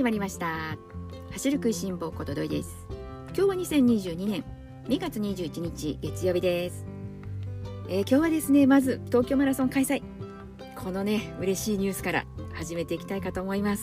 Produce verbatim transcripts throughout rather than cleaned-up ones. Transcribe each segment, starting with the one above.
始まりました。走る食いしん坊ことどいです。今日はにせんにじゅうにねんにがつにじゅういちにち月曜日です。えー、今日はですね、まず東京マラソン開催、このね嬉しいニュースから始めていきたいかと思います。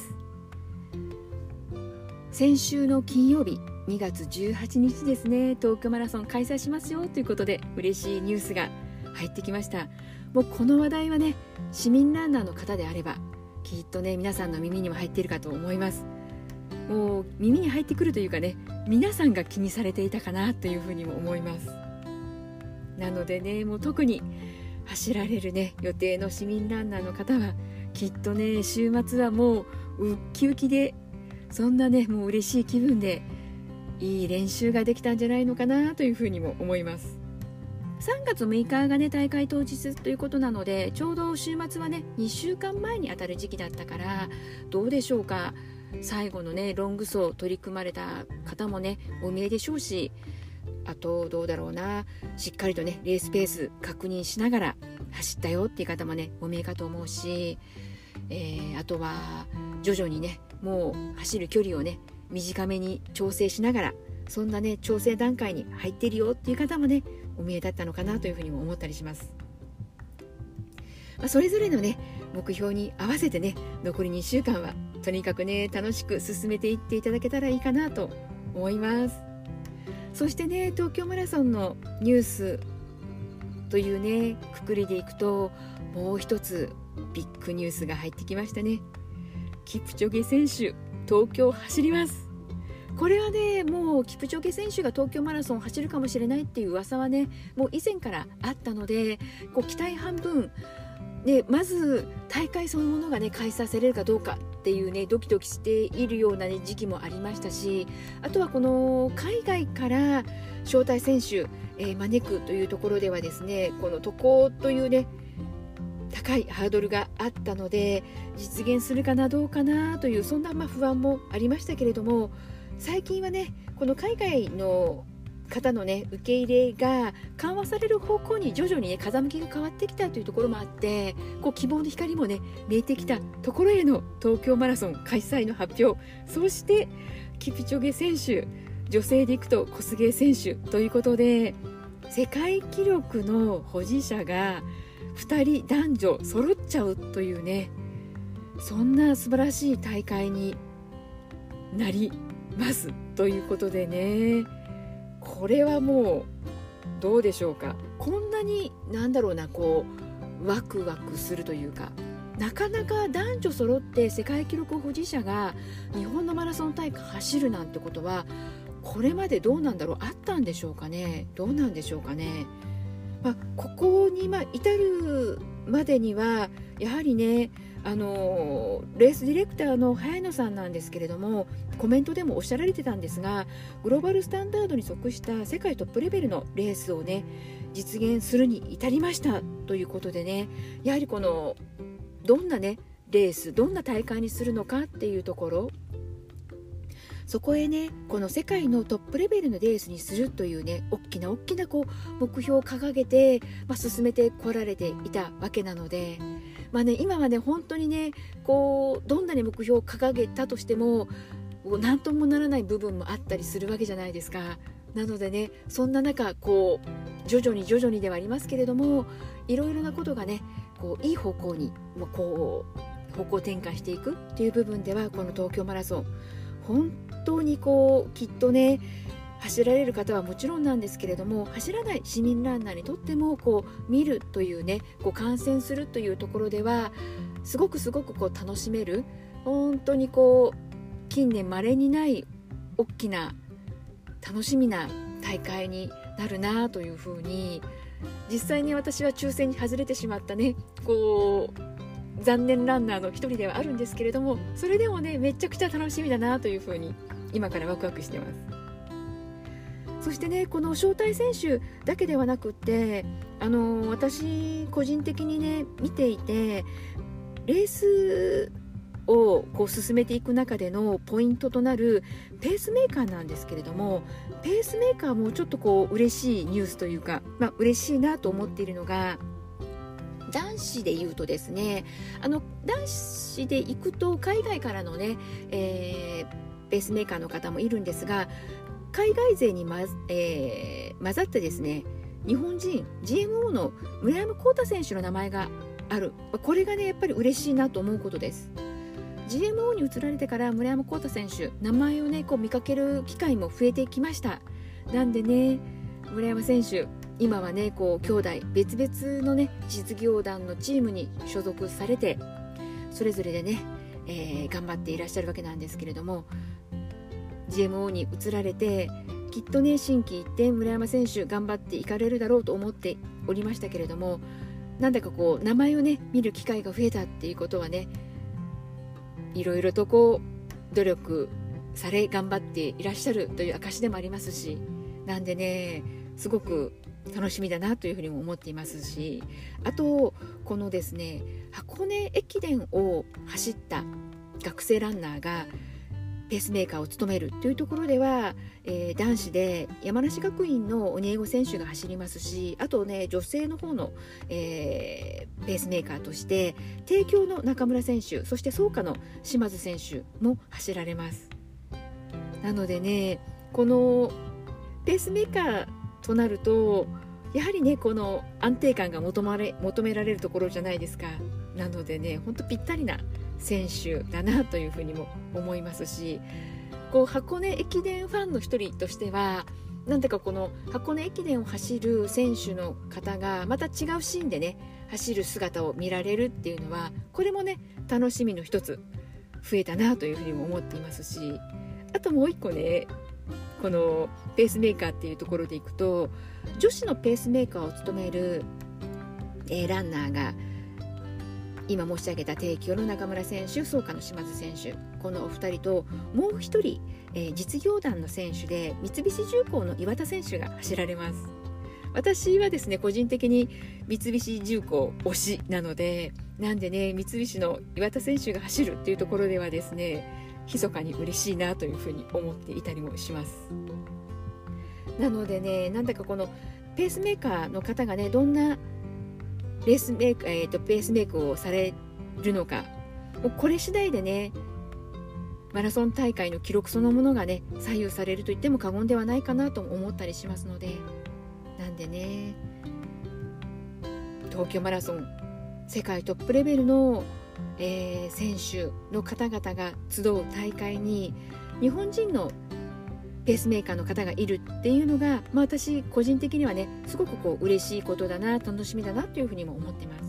先週の金曜日にがつじゅうはちにちですね、東京マラソン開催しますよということで嬉しいニュースが入ってきました。もうこの話題はね、市民ランナーの方であればきっとね皆さんの耳にも入っているかと思います。もう耳に入ってくるというかね、皆さんが気にされていたかなというふうにも思います。なのでね、もう特に走られるね予定の市民ランナーの方はきっとね週末はもうウッキウキで、そんなねもう嬉しい気分でいい練習ができたんじゃないのかなというふうにも思います。さんがつむいかがね大会当日ということなので、ちょうど週末はねにしゅうかんまえにあたる時期だったから、どうでしょうか、最後のねロング走取り組まれた方もねお見えでしょうし、あとどうだろうな、しっかりとねレースペース確認しながら走ったよっていう方もねお見えかと思うし、えー、あとは徐々にねもう走る距離をね短めに調整しながら、そんなね調整段階に入っているよっていう方もねお見えだったのかなというふうにも思ったりします。まあ、それぞれのね目標に合わせてね残りにしゅうかんはとにかくね楽しく進めていっていただけたらいいかなと思います。そしてね東京マラソンのニュースというねくくりでいくと、もう一つビッグニュースが入ってきましたね。キプチョゲ選手東京走ります。これはねもうキプチョゲ選手が東京マラソンを走るかもしれないっていう噂はねもう以前からあったので、こう期待半分で、まず大会そのものがね開催されるかどうかっていうねドキドキしているような、ね、時期もありましたし、あとはこの海外から招待選手、えー、招くというところではですね、この渡航というね高いハードルがあったので実現するかなどうかなという、そんなまあ不安もありましたけれども、最近はねこの海外の方のね受け入れが緩和される方向に徐々にね風向きが変わってきたというところもあって、こう希望の光もね見えてきたところへの東京マラソン開催の発表、そしてキプチョゲ選手、女性でいくと小菅選手ということで、世界記録の保持者がふたり男女揃っちゃうというね、そんな素晴らしい大会になりますということでね、これはもうどうでしょうか。こんなになんだろうな、こうワクワクするというか、なかなか男女揃って世界記録保持者が日本のマラソン大会走るなんてことはこれまでどうなんだろう、あったんでしょうかね、どうなんでしょうかね。まあ、ここにまあ至るまでにはやはりね、あのレースディレクターの早野さんなんですけれども、コメントでもおっしゃられてたんですが、グローバルスタンダードに即した世界トップレベルのレースをね実現するに至りましたということでね、やはりこのどんなねレース、どんな大会にするのかっていうところ、そこへねこの世界のトップレベルのレースにするというね大きな大きなこう目標を掲げて、まあ、進めてこられていたわけなので、まあね、今はね本当にねこうどんなに目標を掲げたとしても何ともならない部分もあったりするわけじゃないですか。なのでねそんな中こう徐々に徐々にではありますけれども、いろいろなことがねこういい方向にもうこう方向転換していくっていう部分では、この東京マラソン本当にこうきっとね走られる方はもちろんなんですけれども、走らない市民ランナーにとってもこう見るというね、こう観戦するというところではすごくすごくこう楽しめる、本当にこう近年稀にない大きな楽しみな大会になるなというふうに、実際に私は抽選に外れてしまったねこう残念ランナーの一人ではあるんですけれども、それでもねめちゃくちゃ楽しみだなというふうに今からワクワクしてます。そしてねこの招待選手だけではなくって、あの私個人的にね見ていて、レースをこう進めていく中でのポイントとなるペースメーカーなんですけれども、ペースメーカーもちょっとこう嬉しいニュースというか、まあ嬉しいなと思っているのが、 男子でいうとですね、あの男子で行くと海外からのね、えー、ペースメーカーの方もいるんですが、海外勢に、まえー、混ざってですね、日本人 ジーエムオー の村山紘太選手の名前がある。これがねやっぱり嬉しいなと思うことです。 ジーエムオー に移られてから村山紘太選手、名前をねこう見かける機会も増えてきました。なんでね、村山選手今はねこう兄弟別々のね実業団のチームに所属されて、それぞれでね、えー、頑張っていらっしゃるわけなんですけれども、 ジーエムオー に移られてきっとね心機一転村山選手頑張っていかれるだろうと思っておりましたけれども、なんだかこう名前をね見る機会が増えたっていうことはね、いろいろとこう努力され頑張っていらっしゃるという証でもありますし、なんでねすごく楽しみだなというふうにも思っていますし、あとこのですね箱根駅伝を走った学生ランナーがペースメーカーを務めるというところでは、えー、男子で山梨学院の鬼越選手が走りますし、あとね女性の方の、えー、ペースメーカーとして帝京の中村選手、そして創価の島津選手も走られます。なのでねこのペースメーカーとなるとやはりねこの安定感が求まれ求められるところじゃないですか。なのでね本当ぴったりな選手だなというふうにも思いますし、こう箱根駅伝ファンの一人としてはなんだかこの箱根駅伝を走る選手の方がまた違うシーンでね走る姿を見られるっていうのは、これもね楽しみの一つ増えたなというふうにも思っていますし、あともう一個ねこのペースメーカーっていうところでいくと、女子のペースメーカーを務める、えー、ランナーが今申し上げた帝京の中村選手、創価の島津選手、このお二人ともう一人、えー、実業団の選手で三菱重工の岩田選手が走られます。私はですね個人的に三菱重工推しなので、なんでね三菱の岩田選手が走るっていうところではですね密かに嬉しいなというふうに思っていたりもします。なのでねなんだかこのペースメーカーの方がねどんなレースメイク、えーと、ペースメイクをされるのか、もうこれ次第でねマラソン大会の記録そのものがね左右されると言っても過言ではないかなと思ったりしますので、なんでね東京マラソン世界トップレベルの、えー、選手の方々が集う大会に日本人のペースメーカーの方がいるっていうのが、まあ、私個人的にはねすごくこう嬉しいことだな、楽しみだなというふうにも思ってます。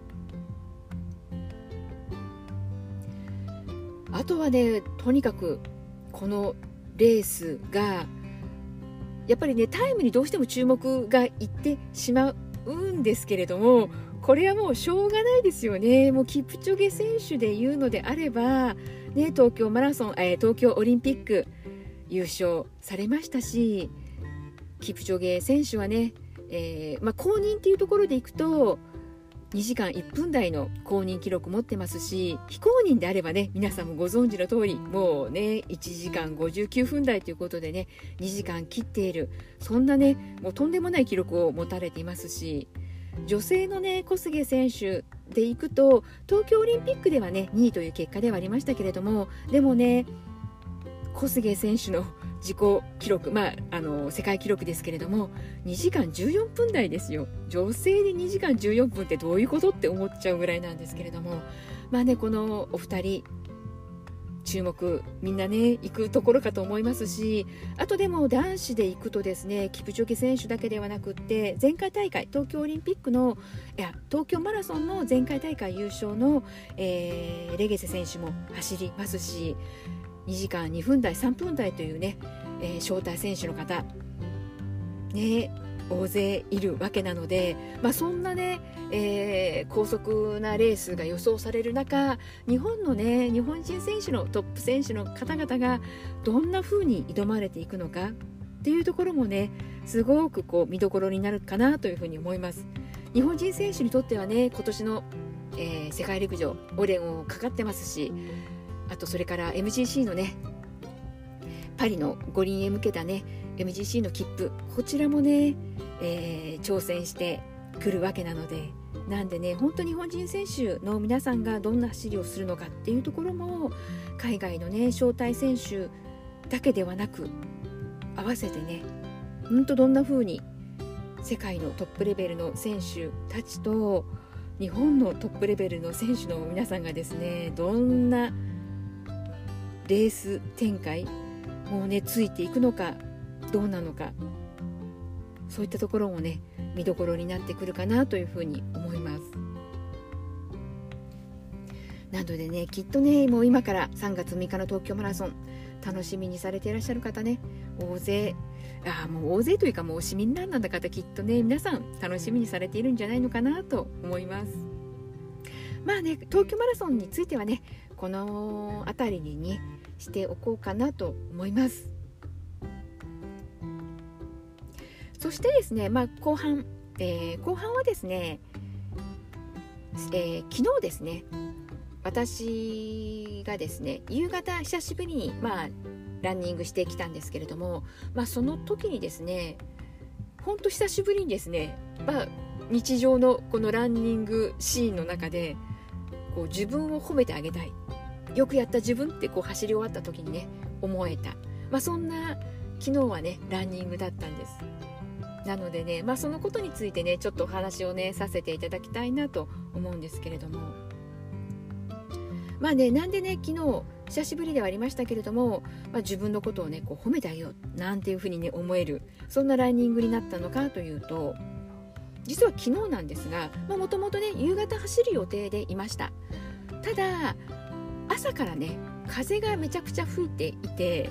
あとはねとにかくこのレースがやっぱりねタイムにどうしても注目がいってしまうんですけれども、これはもうしょうがないですよね。もうキプチョゲ選手で言うのであれば、ね、東京マラソン、えー、東京オリンピック優勝されましたし、キプチョゲ選手はね、えーまあ、公認っていうところでいくとにじかんいっぷん台の公認記録持ってますし、非公認であればね皆さんもご存知の通りもうねいちじかんごじゅうきゅうふん台ということでねにじかん切っている、そんなねもうとんでもない記録を持たれていますし、女性のね小菅選手でいくと東京オリンピックではねにいという結果ではありましたけれども、でもね小菅選手の自己記録、まあ、あの世界記録ですけれどもにじかんじゅうよんぷん台ですよ。女性でにじかんじゅうよんぷんってどういうことって思っちゃうぐらいなんですけれども、まあねこのお二人注目みんなね行くところかと思いますし、あとでも男子で行くとですねキプチョゲ選手だけではなくって前回大会東京オリンピックのいや東京マラソンの前回大会優勝の、えー、レゲセ選手も走りますし、にじかんにふん台さんぷん台というね、えー、招待選手の方ね大勢いるわけなので、まあ、そんなね、えー、高速なレースが予想される中、日本のね日本人選手のトップ選手の方々がどんな風に挑まれていくのかっていうところもねすごくこう見どころになるかなというふうに思います。日本人選手にとってはね今年の、えー、世界陸上オレゴンかかってますし、あとそれから エムジーシー のねパリの五輪へ向けたね エムジーシー の切符、こちらもね、えー、挑戦して来るわけなので、なんでね、本当に日本人選手の皆さんがどんな走りをするのかっていうところも海外のね招待選手だけではなく合わせてね、本当どんな風に世界のトップレベルの選手たちと日本のトップレベルの選手の皆さんがですね、どんなレース展開もうねついていくのかどうなのか、そういったところもね見どころになってくるかなというふうに思います。なのでね、きっとねもう今からさんがつむいかの東京マラソン楽しみにされていらっしゃる方ね、大勢あもう大勢というかもう市民ランナーの方きっとね皆さん楽しみにされているんじゃないのかなと思います。まあね、東京マラソンについてはねこのあたりに、ね、しておこうかなと思います。そしてですね、まあ、後半、えー、後半はですね、えー、昨日ですね、私がですね夕方久しぶりに、まあ、ランニングしてきたんですけれども、まあ、その時にですね本当久しぶりにですね、まあ、日常のこのランニングシーンの中でこう自分を褒めてあげたい、よくやった自分ってこう走り終わった時にね思えた、まあ、そんな昨日はねランニングだったんです。なのでね、まあ、そのことについてねちょっとお話をねさせていただきたいなと思うんですけれども、まあね、なんでね昨日久しぶりではありましたけれども、まあ、自分のことをねこう褒めてあげようなんていうふうにね思える、そんなランニングになったのかというと、実は昨日なんですが、もともとね夕方走る予定でいました。ただ朝からね風がめちゃくちゃ吹いていて、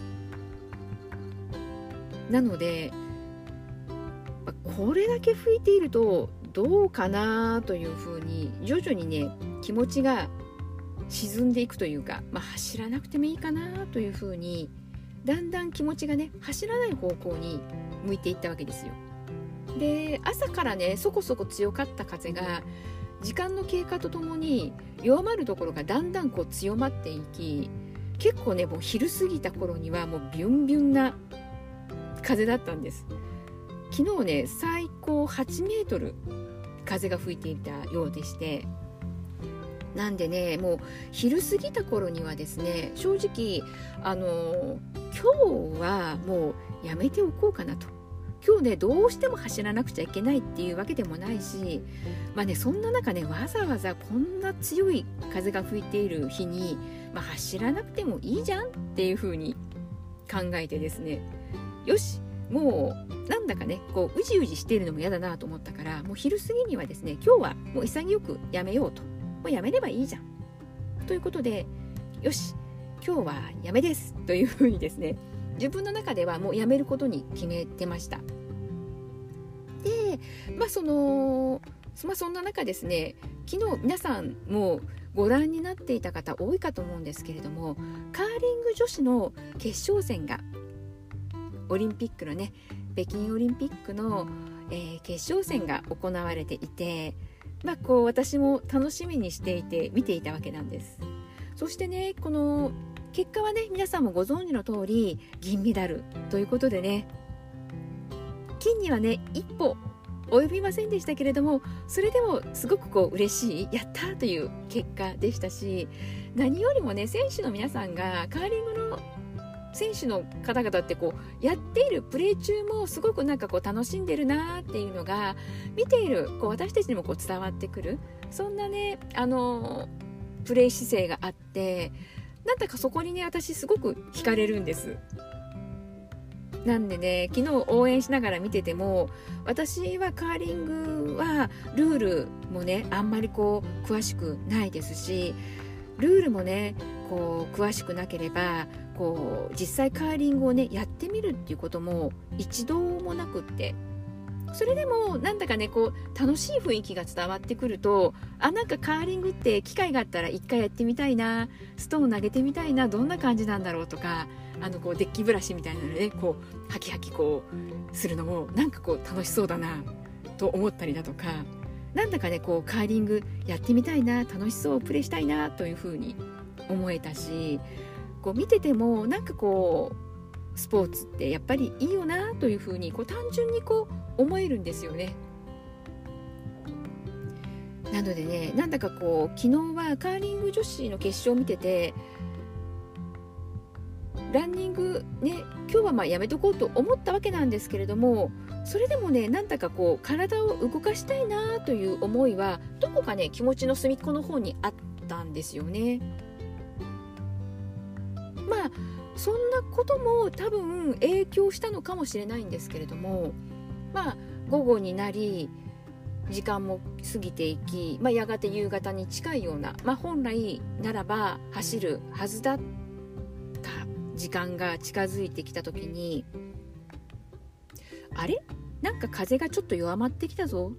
なのでこれだけ吹いているとどうかなというふうに徐々にね気持ちが沈んでいくというか、まあ、走らなくてもいいかなというふうにだんだん気持ちがね走らない方向に向いていったわけですよ。で朝からねそこそこ強かった風が時間の経過とともに弱まるところがだんだんこう強まっていき、結構ねもう昼過ぎた頃にはもうビュンビュンな風だったんです。昨日ね最高はちメートル風が吹いていたようでして、なんでねもう昼過ぎた頃にはですね正直あの今日はもうやめておこうかなと、今日ねどうしても走らなくちゃいけないっていうわけでもないし、まあねそんな中ねわざわざこんな強い風が吹いている日に、まあ、走らなくてもいいじゃんっていう風に考えてですね、よしもうなんだかねこううじうじしているのも嫌だなと思ったから、もう昼過ぎにはですね今日はもう潔くやめようと、もうやめればいいじゃんということで、よし今日はやめですというふうにですね自分の中ではもうやめることに決めてました。でまあそのまあそんな中ですね、昨日皆さんもご覧になっていた方多いかと思うんですけれども、カーリング女子の決勝戦がオリンピックのね北京オリンピックの、えー、決勝戦が行われていて、まあ、こう私も楽しみにしていて見ていたわけなんです。そしてねこの結果はね皆さんもご存知の通り銀メダルということでね、金にはね一歩及びませんでしたけれども、それでもすごくこう嬉しいやったという結果でしたし、何よりもね選手の皆さんがカーリングの選手の方々ってこうやっているプレー中もすごくなんかこう楽しんでるなっていうのが見ているこう私たちにもこう伝わってくる、そんなねあのプレー姿勢があって、なんだかそこにね私すごく惹かれるんです。なんでね昨日応援しながら見てても、私はカーリングはルールもねあんまりこう詳しくないですし、ルールもねこう詳しくなければこう実際カーリングをねやってみるっていうことも一度もなくって、それでもなんだかねこう楽しい雰囲気が伝わってくると、あなんかカーリングって機会があったら一回やってみたいな、ストーン投げてみたいな、どんな感じなんだろうとか、あのこうデッキブラシみたいなので、ね、こうハキハキこうするのもなんかこう楽しそうだなと思ったりだとか、なんだかねこうカーリングやってみたいな、楽しそうプレーしたいなというふうに思えたし、こう見ててもなんかこうスポーツってやっぱりいいよなというふうにこう単純にこう思えるんですよね。 なのでね、なんだかこう昨日はカーリング女子の決勝を見てて、ランニングね、今日はまあやめとこうと思ったわけなんですけれども、それでもね、なんだかこう体を動かしたいなという思いはどこかね、気持ちの隅っこの方にあったんですよね。まあそんなことも多分影響したのかもしれないんですけれども、まあ午後になり時間も過ぎていき、まあ、やがて夕方に近いような、まあ、本来ならば走るはずだった時間が近づいてきた時に、あれ？なんか風がちょっと弱まってきたぞ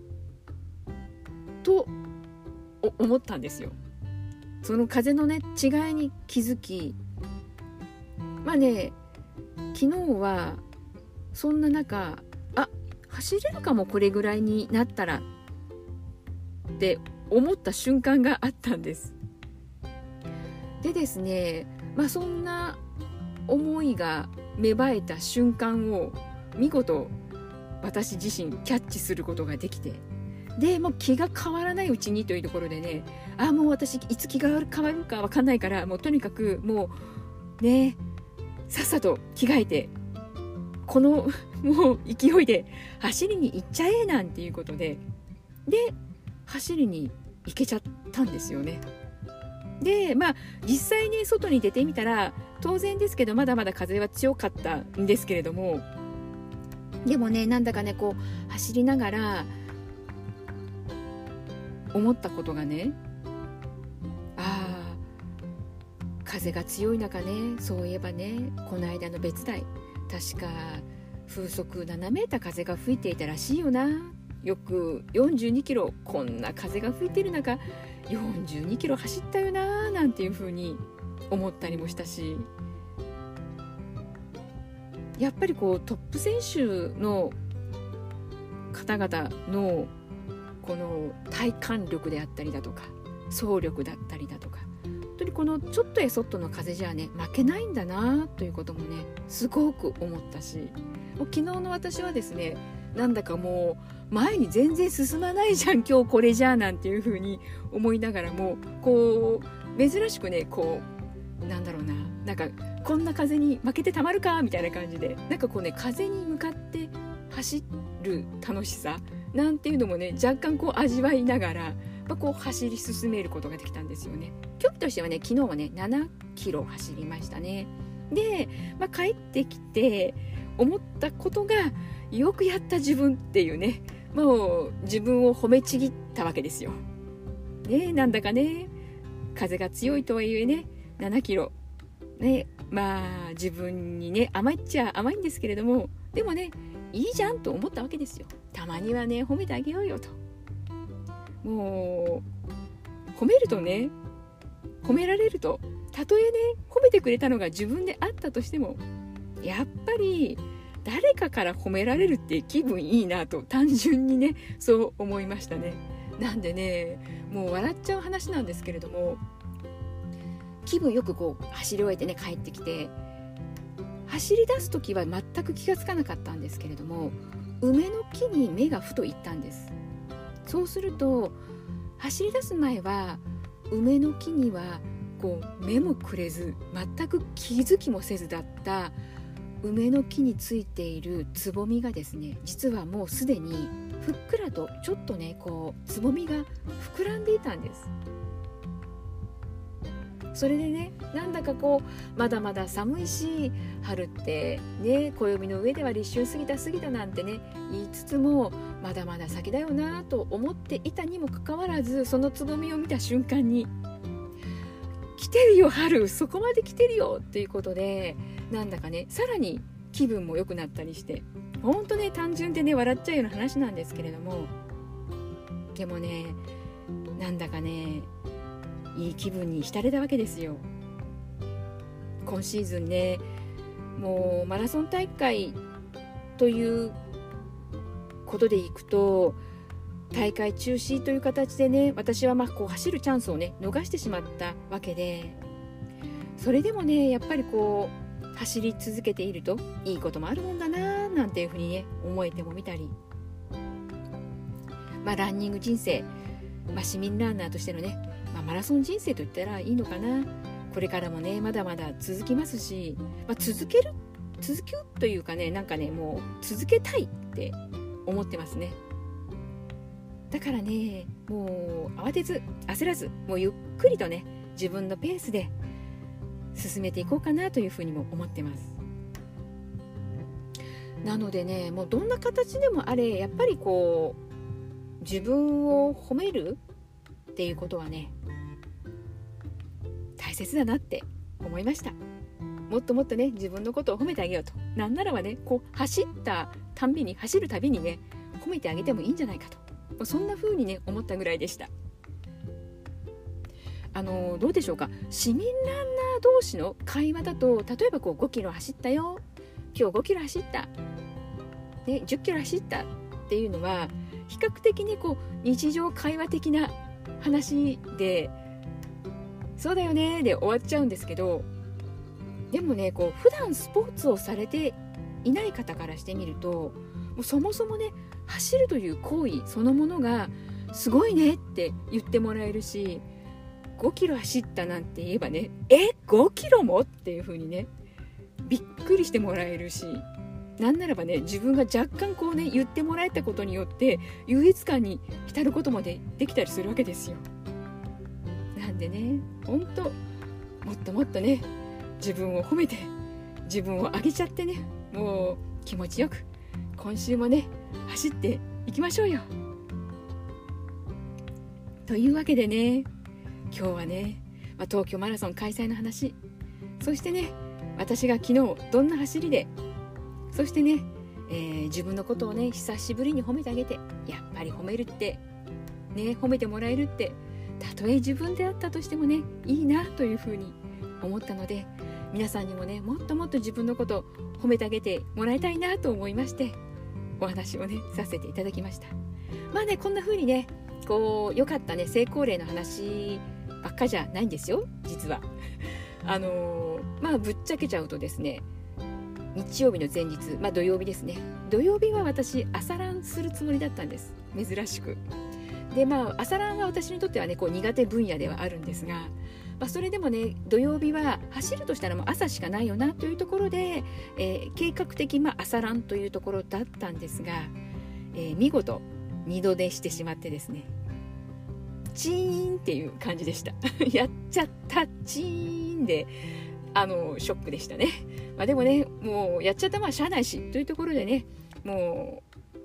と思ったんですよ。その風のね違いに気づき、まあね、昨日はそんな中、あ、走れるかもこれぐらいになったらって思った瞬間があったんです。でですね、まあそんな思いが芽生えた瞬間を見事私自身キャッチすることができて、でもう気が変わらないうちにというところでね、あ、もう私いつ気が変わるか分かんないから、もうとにかくもうね、さっさと着替えてこのもう勢いで走りに行っちゃえなんていうことで、で走りに行けちゃったんですよね。でまあ実際ね、外に出てみたら当然ですけどまだまだ風は強かったんですけれども、でもね、なんだかねこう走りながら思ったことがね、あー、風が強い中ね、そういえばね、この間の別大確か風速ななメーター風が吹いていたらしいよな。よくよんじゅうにキロ、こんな風が吹いてる中よんじゅうにキロ走ったよななんていう風に思ったりもしたし、やっぱりこうトップ選手の方々のこの体幹力であったりだとか走力だったりだとか、本当にこのちょっとやそっとの風じゃね負けないんだなということもねすごく思ったし、もう昨日の私はですね、なんだかもう前に全然進まないじゃん今日これじゃなんていう風に思いながらも、こう珍しくね、こうなんだろうな、なんかこんな風に負けてたまるかみたいな感じで、なんかこうね、風に向かって走る楽しさなんていうのもね若干こう味わいながら、まあ、こう走り進めることができたんですよね。距離としてはね、昨日はねななキロ走りましたね。で、まあ、帰ってきて思ったことが、よくやった自分っていうね、もう自分を褒めちぎったわけですよ。ね、なんだかね、風が強いとはいえねななキロね、まあ自分にね甘いっちゃ甘いんですけれども、でもねいいじゃんと思ったわけですよ。たまにはね褒めてあげようよと。もう褒めるとね、褒められると、たとえね褒めてくれたのが自分であったとしても、やっぱり誰かから褒められるって気分いいなと単純にねそう思いましたね。なんでね、もう笑っちゃう話なんですけれども、気分よくこう走り終えてね帰ってきて、走り出す時は全く気がつかなかったんですけれども、梅の木に目がふと行ったんです。そうすると走り出す前は梅の木にはこう目もくれず全く気づきもせずだった梅の木についているつぼみがですね、実はもうすでにふっくらとちょっとねこうつぼみが膨らんでいたんです。それでね、なんだかこうまだまだ寒いし、春ってね暦の上では立春過ぎた過ぎたなんてね言いつつも、まだまだ先だよなと思っていたにもかかわらず、そのつぼみを見た瞬間に来てるよ春、そこまで来てるよっていうことで、なんだかねさらに気分も良くなったりして、ほんとね単純でね笑っちゃうような話なんですけれども、でもねなんだかねいい気分に浸れたわけですよ。今シーズンね、もうマラソン大会ということでいくと大会中止という形でね、私はまあこう走るチャンスをね逃してしまったわけで、それでもねやっぱりこう走り続けているといいこともあるもんだななんていうふうにね思えてもみたり、まあランニング人生まあ、市民ランナーとしてのね、まあ、マラソン人生と言ったらいいのかな。これからもねまだまだ続きますし、まあ、続ける続けるというかね、なんかねもう続けたいって思ってますね。だからねもう慌てず焦らず、もうゆっくりとね自分のペースで進めていこうかなというふうにも思ってます。なのでね、もうどんな形でもあれ、やっぱりこう自分を褒めるっていうことはね大切だなって思いました。もっともっとね自分のことを褒めてあげようと。なんならばねこう走ったたんびに走るたびにね褒めてあげてもいいんじゃないかと、そんな風にね思ったぐらいでした。あのどうでしょうか、市民ランナー同士の会話だと、例えばこうごキロ走ったよ、今日ごキロ走った、ね、じゅっキロ走ったっていうのは比較的にこう日常会話的な話で、そうだよねで終わっちゃうんですけど、でもねこう普段スポーツをされていない方からしてみると、もうそもそもね走るという行為そのものがすごいねって言ってもらえるし、ごキロ走ったなんて言えばね、えごキロもっていう風にねびっくりしてもらえるし、なんならばね自分が若干こうね言ってもらえたことによって優越感に浸ることまでできたりするわけですよ。なんでねほんともっともっとね自分を褒めて自分を上げちゃってね、もう気持ちよく今週もね走っていきましょうよ。というわけでね今日はね、まあ、東京マラソン開催の話、そしてね私が昨日どんな走りで、そしてね、えー、自分のことをね久しぶりに褒めてあげて、やっぱり褒めるってね、褒めてもらえるってたとえ自分であったとしてもねいいなというふうに思ったので、皆さんにもねもっともっと自分のことを褒めてあげてもらいたいなと思いましてお話をねさせていただきました。まあねこんな風にねこう良かったね成功例の話ばっかじゃないんですよ実は。あのー、まあぶっちゃけちゃうとですね、日曜日の前日、まあ土曜日ですね、土曜日は私朝ランするつもりだったんです、珍しく。でまあ朝ランは私にとってはねこう苦手分野ではあるんですが、まあ、それでもね土曜日は走るとしたらもう朝しかないよなというところで、えー、計画的、まあ、朝ランというところだったんですが、えー、見事二度寝してしまってですね、チーンっていう感じでしたやっちゃったチーンで、あのショックでしたね。まあ、でもねもうやっちゃったまあしゃあないしというところでね、も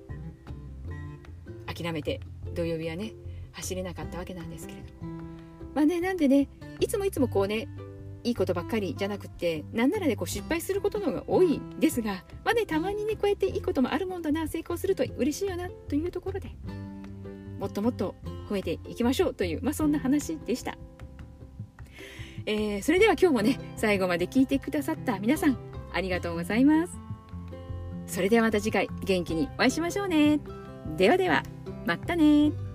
う諦めて土曜日はね走れなかったわけなんですけれども、まあねなんでねいつもいつもこうねいいことばっかりじゃなくって、なんならねこう失敗することの方が多いんですが、まあねたまにねこうやっていいこともあるもんだな、成功すると嬉しいよなというところでもっともっと褒めていきましょうという、まあ、そんな話でした。えー、それでは今日もね最後まで聞いてくださった皆さんありがとうございます。それではまた次回元気にお会いしましょうね。ではではまたね。